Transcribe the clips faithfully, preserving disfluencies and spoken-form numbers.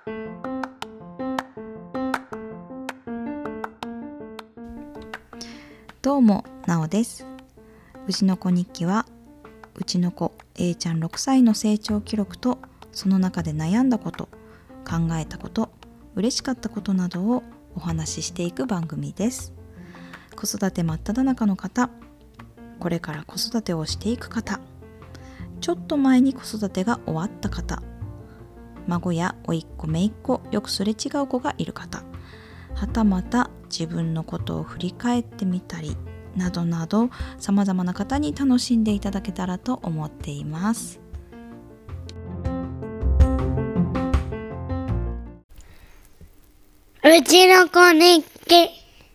どうも、なおです。うちの子日記は、うちの子 A ちゃんろくさいの成長記録と、その中で悩んだこと、考えたこと、嬉しかったことなどをお話ししていく番組です。子育て真っ只中の方、これから子育てをしていく方、ちょっと前に子育てが終わった方、孫や甥っ子姪っ子、よくすれ違う子がいる方、はたまた自分のことを振り返ってみたりなどなど、さまざまな方に楽しんでいただけたらと思っています。 うちの子日記。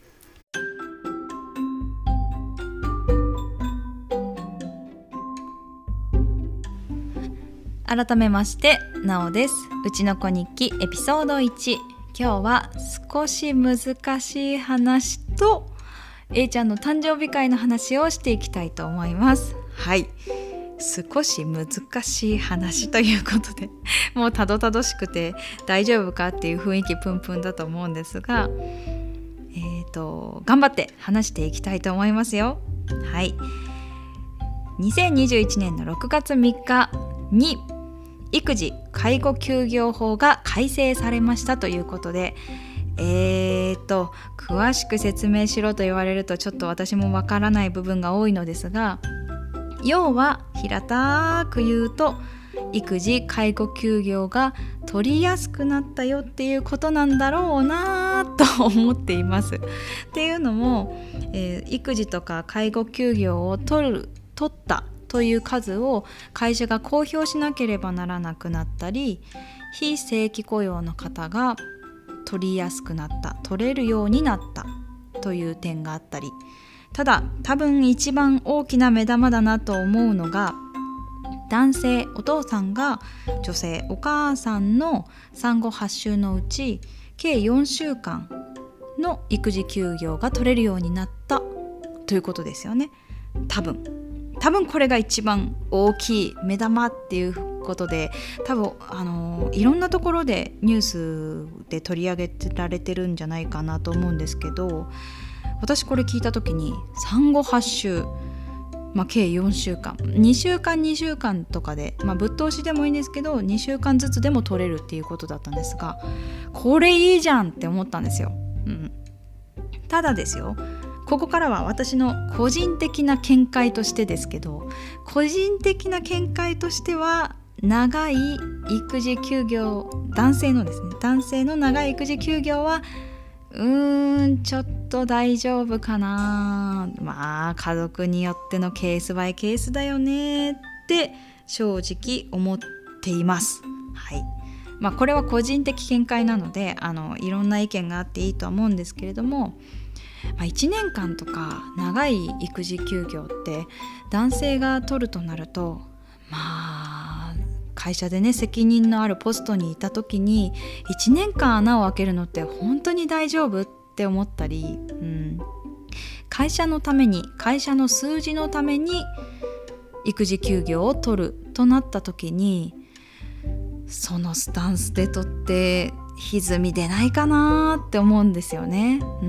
改めまして、なおです。うちの子日記エピソードいち。今日は少し難しい話と A ちゃんの誕生日会の話をしていきたいと思います。はい、少し難しい話ということで、もうたどたどしくて大丈夫かっていう雰囲気プンプンだと思うんですが、えーと頑張って話していきたいと思いますよ。はい、にせんにじゅういちねんのろくがつみっかに育児・介護休業法が改正されましたということで、えーと詳しく説明しろと言われるとちょっと私もわからない部分が多いのですが、要は平たく言うと、育児・介護休業が取りやすくなったよっていうことなんだろうなと思っています。っていうのも、えー、育児とか介護休業を取る取ったという数を会社が公表しなければならなくなったり、非正規雇用の方が取りやすくなった、取れるようになったという点があったり、ただ多分一番大きな目玉だなと思うのが、男性お父さんが女性お母さんの産後はっ週のうち計よんしゅうかんの育児休業が取れるようになったということですよね。多分多分これが一番大きい目玉っていうことで、多分あのいろんなところでニュースで取り上げられてるんじゃないかなと思うんですけど、私これ聞いた時に産後はっ週、まあ、計よんしゅうかん、にしゅうかんにしゅうかんとかで、まあ、ぶっ通しでもいいんですけどにしゅうかんずつでも取れるっていうことだったんですが、これいいじゃんって思ったんですよ、うん、ただですよ、ここからは私の個人的な見解としてですけど、個人的な見解としては、長い育児休業、男性のですね男性の長い育児休業はうーんちょっと大丈夫かな、まあ家族によってのケースバイケースだよねって正直思っています。はい、まあこれは個人的見解なので、あのいろんな意見があっていいとは思うんですけれども、まあ、いちねんかんとか長い育児休業って男性が取るとなると、まあ会社でね責任のあるポストにいた時にいちねんかん穴を開けるのって本当に大丈夫って思ったり、うん、会社のために会社の数字のために育児休業を取るとなった時に、そのスタンスで取って歪み出ないかなって思うんですよね、うん、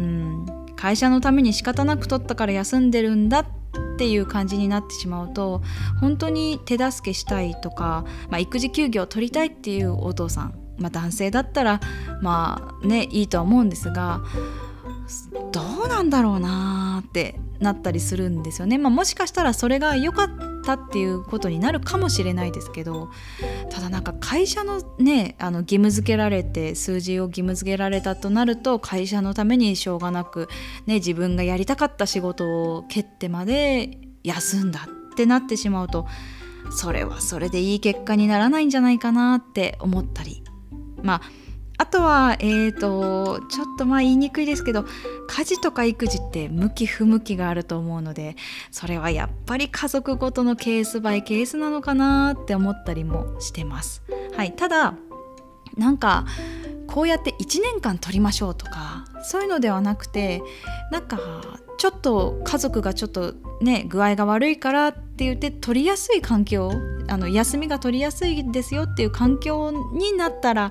会社のために仕方なく取ったから休んでるんだっていう感じになってしまうと、本当に手助けしたいとか、まあ、育児休業を取りたいっていうお父さん、まあ、男性だったらまあねいいとは思うんですが、どうなんだろうなってなったりするんですよね。まあ、もしかしたらそれが良かったっていうことになるかもしれないですけど、ただなんか会社のねあの義務付けられて、数字を義務付けられたとなると、会社のためにしょうがなく、ね、自分がやりたかった仕事を蹴ってまで休んだってなってしまうと、それはそれでいい結果にならないんじゃないかなって思ったり、まああとはえーとちょっとまあ言いにくいですけど、家事とか育児って向き不向きがあると思うので、それはやっぱり家族ごとのケースバイケースなのかなって思ったりもしてます。はい、ただなんかこうやっていちねんかん取りましょうとかそういうのではなくて、なんかちょっと家族がちょっとね具合が悪いからって言って取りやすい環境、あの休みが取りやすいですよっていう環境になったら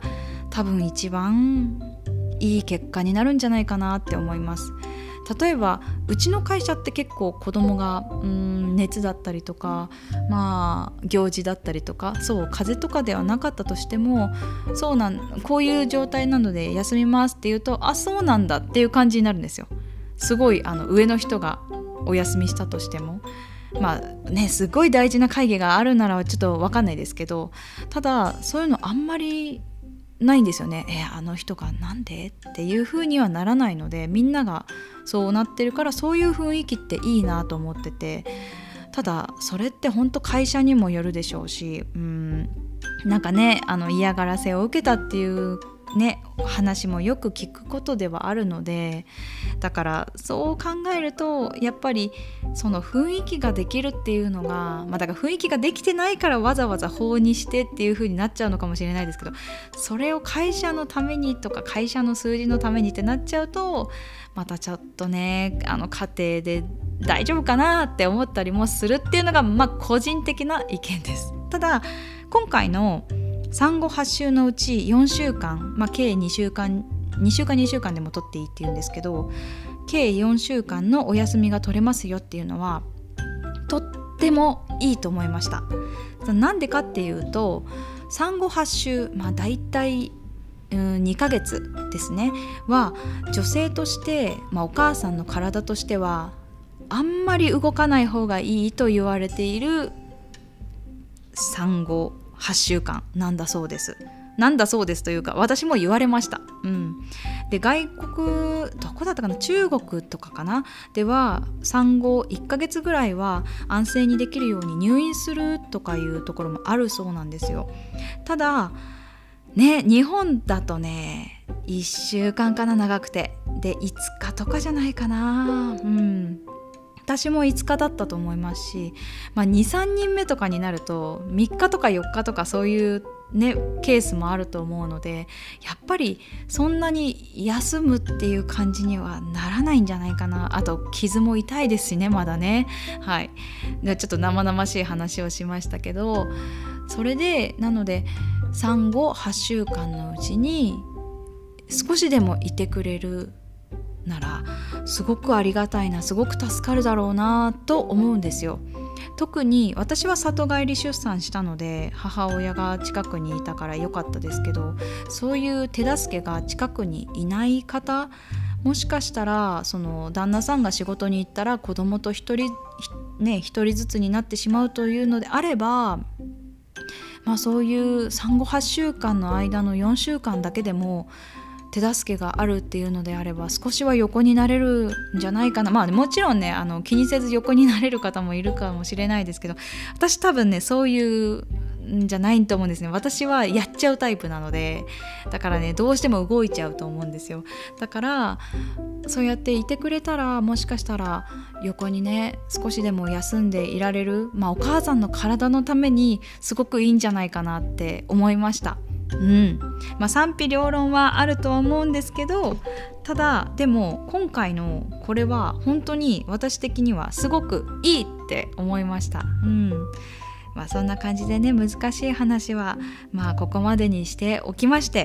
多分一番いい結果になるんじゃないかなって思います。例えばうちの会社って結構子供がうーん熱だったりとか、まあ行事だったりとか、そう風邪とかではなかったとしても、そうなんこういう状態なので休みますって言うと、あそうなんだっていう感じになるんですよ。すごいあの上の人がお休みしたとしても、まあねすごい大事な会議があるならちょっと分かんないですけど、ただそういうのあんまりないんですよね。えあの人がなんでっていう風にはならないので、みんながそうなってるから、そういう雰囲気っていいなと思ってて、ただそれって本当会社にもよるでしょうし、うーんなんかねあの嫌がらせを受けたっていうね話もよく聞くことではあるので、だからそう考えるとやっぱりその雰囲気ができるっていうのが、まあだから雰囲気ができてないからわざわざ法にしてっていう風になっちゃうのかもしれないですけど、それを会社のためにとか会社の数字のためにってなっちゃうと、またちょっとねあの家庭で大丈夫かなって思ったりもするっていうのが、まあ個人的な意見です。ただ今回の産後はち週のうちよんしゅうかん、まあ、計2週間2週間2週間でも取っていいっていうんですけど、計よんしゅうかんのお休みが取れますよっていうのはとってもいいと思いました。なんでかっていうと、産後はち週、まあだいたいにかげつですねは女性として、まあ、お母さんの体としてはあんまり動かない方がいいと言われている産後はちしゅうかんなんだそうです。なんだそうですというか、私も言われました。うん、で外国どこだったかな、中国とかかなでは産後いっかげつぐらいは安静にできるように入院するとかいうところもあるそうなんですよ。ただね日本だとねいっしゅうかんかな、長くてでいつかとかじゃないかな。うん私もいつかだったと思いますし、まあ、にさんにんめとかになるとみっかとかよっかとかそういうねケースもあると思うので、やっぱりそんなに休むっていう感じにはならないんじゃないかな。あと傷も痛いですしねまだね。はいでちょっと生々しい話をしましたけど、それでなので産後はちしゅうかんのうちに少しでもいてくれるならすごくありがたいな、すごく助かるだろうなと思うんですよ。特に私は里帰り出産したので母親が近くにいたから良かったですけど、そういう手助けが近くにいない方、もしかしたらその旦那さんが仕事に行ったら子供と一人ね一人ずつになってしまうというのであれば、まあそういう産後はちしゅうかんの間のよんしゅうかんだけでも手助けがあるっていうのであれば少しは横になれるんじゃないかな。まあもちろんねあの気にせず横になれる方もいるかもしれないですけど、私多分ねそういうんじゃないと思うんですね。私はやっちゃうタイプなので、だからねどうしても動いちゃうと思うんですよ。だからそうやっていてくれたら、もしかしたら横にね少しでも休んでいられる、まあお母さんの体のためにすごくいいんじゃないかなって思いました。うんまあ、賛否両論はあるとは思うんですけど、ただでも今回のこれは本当に私的にはすごくいいって思いました。うんまあ、そんな感じでね難しい話はまあここまでにしておきまして、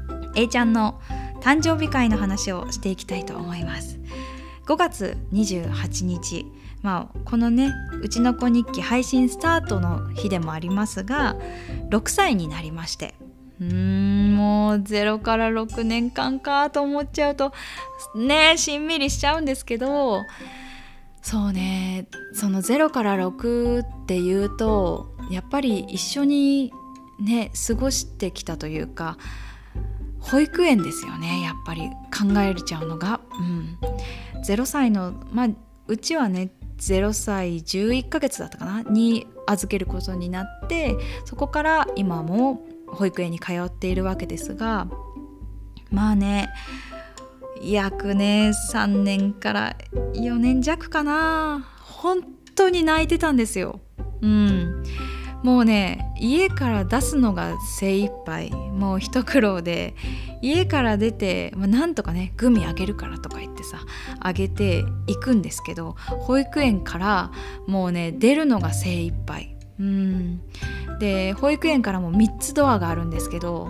A ちゃんの誕生日会の話をしていきたいと思います。ごがつにじゅうはちにち、まあ、このねうちの子日記配信スタートの日でもありますがろくさいになりまして、うーんもうゼロからろくねんかんかと思っちゃうとねしんみりしちゃうんですけど、そうねそのゼロからろくっていうとやっぱり一緒にね過ごしてきたというか保育園ですよね、やっぱり考えちゃうのが、うん、ゼロさいの、まあ、うちはねゼロさいじゅういっかげつだったかなに預けることになって、そこから今も保育園に通っているわけですが、まあね約ねさんねんからよねんじゃくかな、本当に泣いてたんですよ。うんもうね家から出すのが精一杯、もう一苦労で、家から出て、まあ、なんとかねグミあげるからとか言ってさあげていくんですけど、保育園からもうね出るのが精一杯。うんで保育園からもみっつドアがあるんですけど、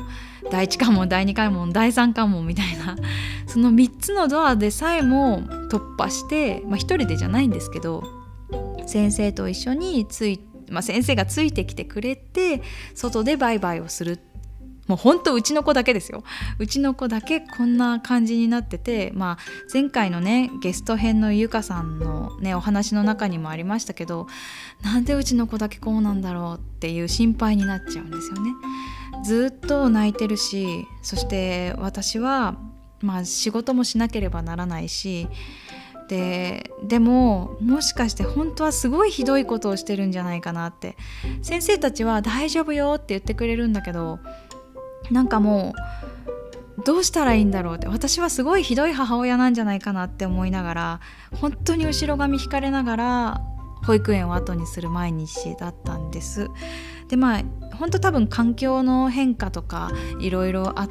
第一関門、第二関門、第三関門みたいな、そのみっつのドアでさえも突破して、まあ、一人でじゃないんですけど、先生と一緒につい、まあ、先生がついてきてくれて外でバイバイをする。もうほんとうちの子だけですよ。うちの子だけこんな感じになってて、まあ、前回のねゲスト編のゆかさんのねお話の中にもありましたけど、なんでうちの子だけこうなんだろうっていう心配になっちゃうんですよね。ずっと泣いてるし、そして私は、まあ、仕事もしなければならないし、で, でももしかして本当はすごいひどいことをしてるんじゃないかなって。先生たちは大丈夫よって言ってくれるんだけど、なんかもうどうしたらいいんだろうって、私はすごいひどい母親なんじゃないかなって思いながら、本当に後ろ髪引かれながら保育園を後にする毎日だったんです。でまあ本当多分環境の変化とかいろいろあって、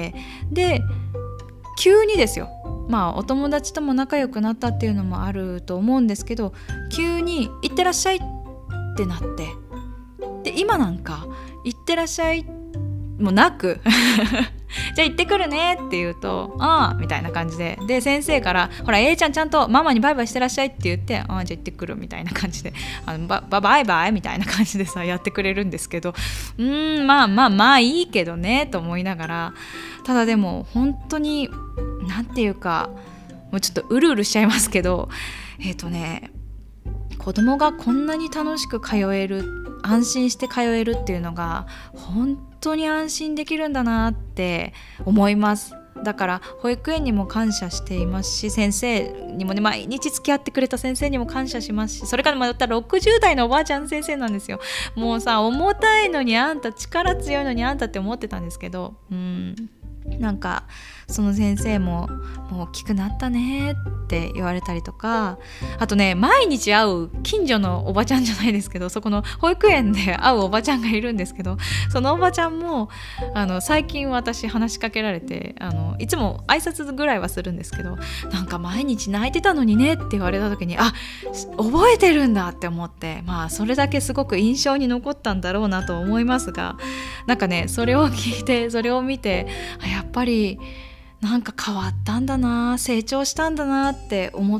で急にですよ、まあお友達とも仲良くなったっていうのもあると思うんですけど、急に行ってらっしゃいってなって、で今なんか行ってらっしゃいもなくじゃあ行ってくるねって言うと、ああみたいな感じで、で先生からほら A ちゃんちゃんとママにバイバイしてらっしゃいって言って、ああじゃあ行ってくるみたいな感じで、あのババイバイみたいな感じでさやってくれるんですけど、うーんまあまあまあいいけどねと思いながら、ただでも本当になんていうか、もうちょっとうるうるしちゃいますけど、えっとね子供がこんなに楽しく通える、安心して通えるっていうのが本当に安心できるんだなって思います。だから保育園にも感謝していますし、先生にもね毎日付き合ってくれた先生にも感謝しますし、それからまたろくじゅう代のおばあちゃん先生なんですよ。もうさ重たいのにあんた、力強いのにあんたって思ってたんですけど、うんなんかその先生ももう大きくなったねって言われたりとか、あとね毎日会う近所のおばちゃんじゃないですけど、そこの保育園で会うおばちゃんがいるんですけど、そのおばちゃんもあの最近私話しかけられて、あのいつも挨拶ぐらいはするんですけど、なんか毎日泣いてたのにねって言われた時に、あ覚えてるんだって思って、まあそれだけすごく印象に残ったんだろうなと思いますが、なんかねそれを聞いて、それを見て、やっぱりなんか変わったんだな、成長したんだなって思って、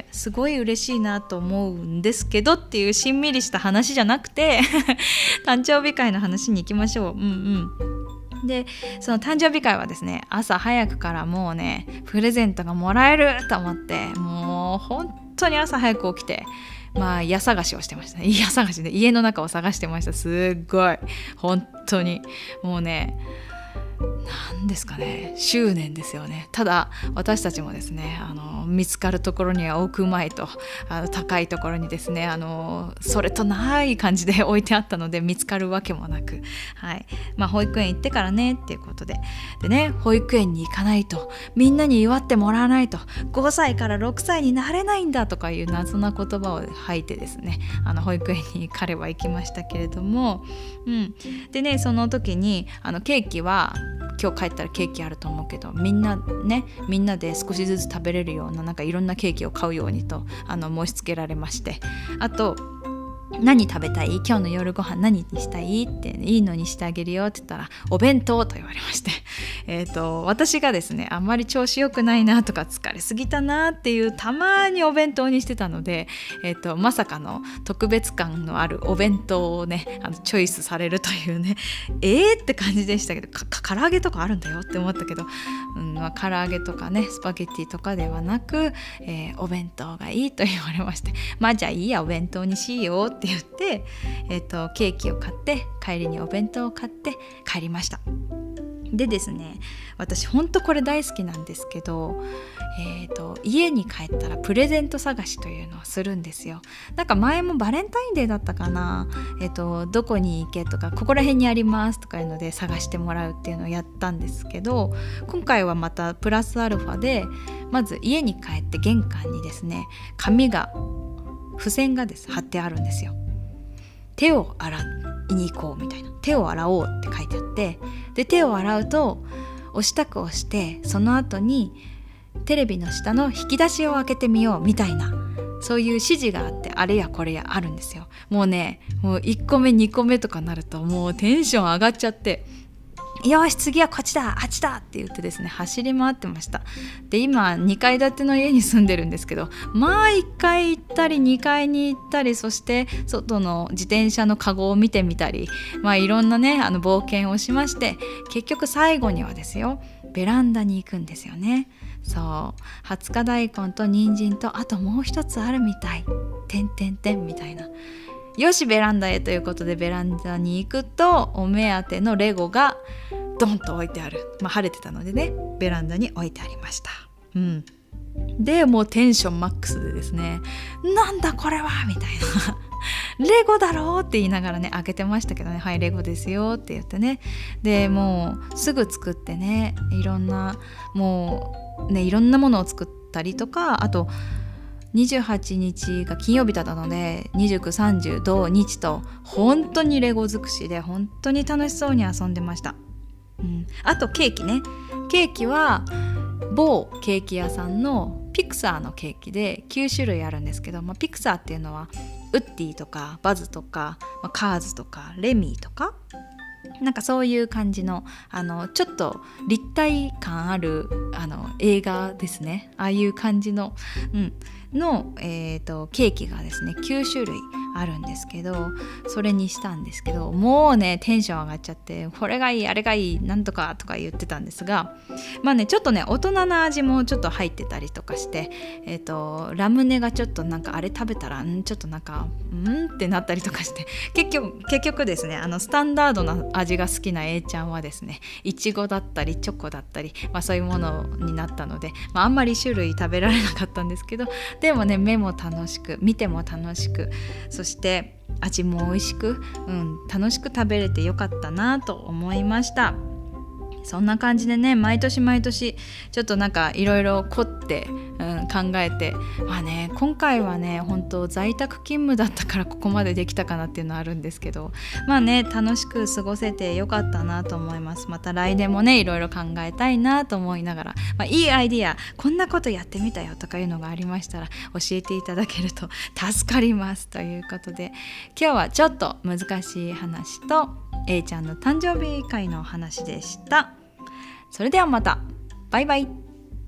すごい嬉しいなと思うんですけどっていうしんみりした話じゃなくて誕生日会の話に行きましょう。うんうん。でその誕生日会はですね、朝早くからもうねプレゼントがもらえると思って、もう本当に朝早く起きて、まあ家探しをしてましたね。家探しで家の中を探してました。すっごい本当にもうね、なんですかね、執念ですよね。ただ私たちもですね、あの見つかるところには置くまいと、あの高いところにですね、あのそれとない感じで置いてあったので見つかるわけもなく、はいまあ、保育園行ってからねっていうことで、でね保育園に行かないとみんなに祝ってもらわないとごさいからろくさいになれないんだとかいう謎な言葉を吐いてですね、あの保育園に彼は行きましたけれども、うん、でねその時にあのケーキは今日帰ったらケーキあると思うけど、みんなねみんなで少しずつ食べれるようななんかいろんなケーキを買うようにとあの申し付けられまして、あと何食べたい、今日の夜ご飯何にしたいって、いいのにしてあげるよって言ったらお弁当と言われまして、えーと私がですねあんまり調子良くないなとか疲れすぎたなっていうたまにお弁当にしてたので、えーとまさかの特別感のあるお弁当をねあのチョイスされるというね、えーって感じでしたけど、かか唐揚げとかあるんだよって思ったけど、うんまあ、唐揚げとかねスパゲッティとかではなく、えー、お弁当がいいと言われまして、まあじゃあいいやお弁当にしようって言って、えーと、ケーキを買って帰りにお弁当を買って帰りました。でですね、私ほんとこれ大好きなんですけど、えーと、家に帰ったらプレゼント探しというのをするんですよ。なんか前もバレンタインデーだったかな、えーと、どこに行けとかここら辺にありますとかいうので探してもらうっていうのをやったんですけど、今回はまたプラスアルファで、まず家に帰って玄関にですね紙が付箋がです貼ってあるんですよ。手を洗いに行こうみたいな、手を洗おうって書いてあって、で手を洗うと押したく押して、その後にテレビの下の引き出しを開けてみようみたいな、そういう指示があって、あれやこれやあるんですよ。もうねもういっこめにこめとかなるともうテンション上がっちゃって、 よし次はこっちだあっちだって言ってですね走り回ってました。で今にかい建ての家に住んでるんですけど、まあいっかい行ったりにかいに行ったり、そして外の自転車のカゴを見てみたり、まあいろんなねあの冒険をしまして、結局最後にはですよベランダに行くんですよね。そうはつか大根と人参とあともう一つあるみたいてんてんてんみたいな。よしベランダへということでベランダに行くとお目当てのレゴがドンと置いてある。まあ晴れてたのでねベランダに置いてありました。うんでもうテンションマックスでですね、なんだこれはみたいなレゴだろうって言いながらね開けてましたけどね、はいレゴですよって言ってね、でもうすぐ作ってね、いろんなもうねいろんなものを作ったりとか、あとにじゅうはちにちが金曜日だったのでにじゅうく、さんじゅう土日と本当にレゴ尽くしで本当に楽しそうに遊んでました。うん、あとケーキね、ケーキは某ケーキ屋さんのピクサーのケーキできゅうしゅるいあるんですけど、まあ、ピクサーっていうのはウッディとかバズとか、まあ、カーズとかレミーとかなんかそういう感じの、あのちょっと立体感あるあの映画ですね、ああいう感じの、うん、の、えーと、ケーキがですねきゅうしゅるいあるんですけど、それにしたんですけど、もうねテンション上がっちゃって、これがいいあれがいいなんとかとか言ってたんですが、まあねちょっとね大人な味もちょっと入ってたりとかして、えーとラムネがちょっとなんかあれ食べたらんちょっとなんかんってなったりとかして、結局結局ですねあのスタンダードな味が好きな A ちゃんはですねいちごだったりチョコだったり、まあ、そういうものになったので、まあ、あんまり種類食べられなかったんですけど、でもね目も楽しく見ても楽しく、そして味も美味しく、うん、楽しく食べれてよかったなと思いました。そんな感じでね毎年毎年ちょっとなんかいろいろ凝って、うん、考えて、まあね今回はね本当在宅勤務だったからここまでできたかなっていうのはあるんですけど、まあね楽しく過ごせてよかったなと思います。また来年もねいろいろ考えたいなと思いながら、まあ、いいアイディアこんなことやってみたよとかいうのがありましたら教えていただけると助かりますということで、今日はちょっと難しい話と A ちゃんの誕生日会のお話でした。それではまた。バイバイ。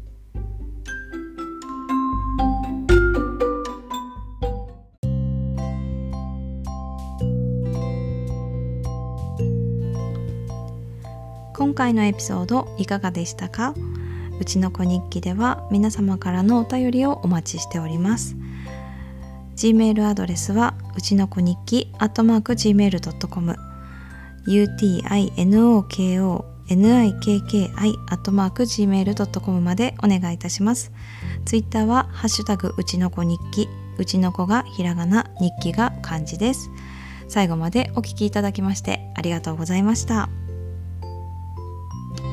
今回のエピソードいかがでしたか？うちの子日記では皆様からのお便りをお待ちしております。Gmail アドレスはうちの子日記アットマーク ジーメールドットコム ユーティーアイエヌオーケーオーニッキー アットマーク ジーメールドットコム までお願いいたします。ツイッターはハッシュタグうちの子日記、うちの子がひらがな、日記が漢字です。最後までお聞きいただきましてありがとうございました。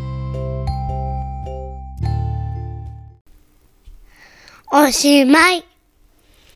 おしまい。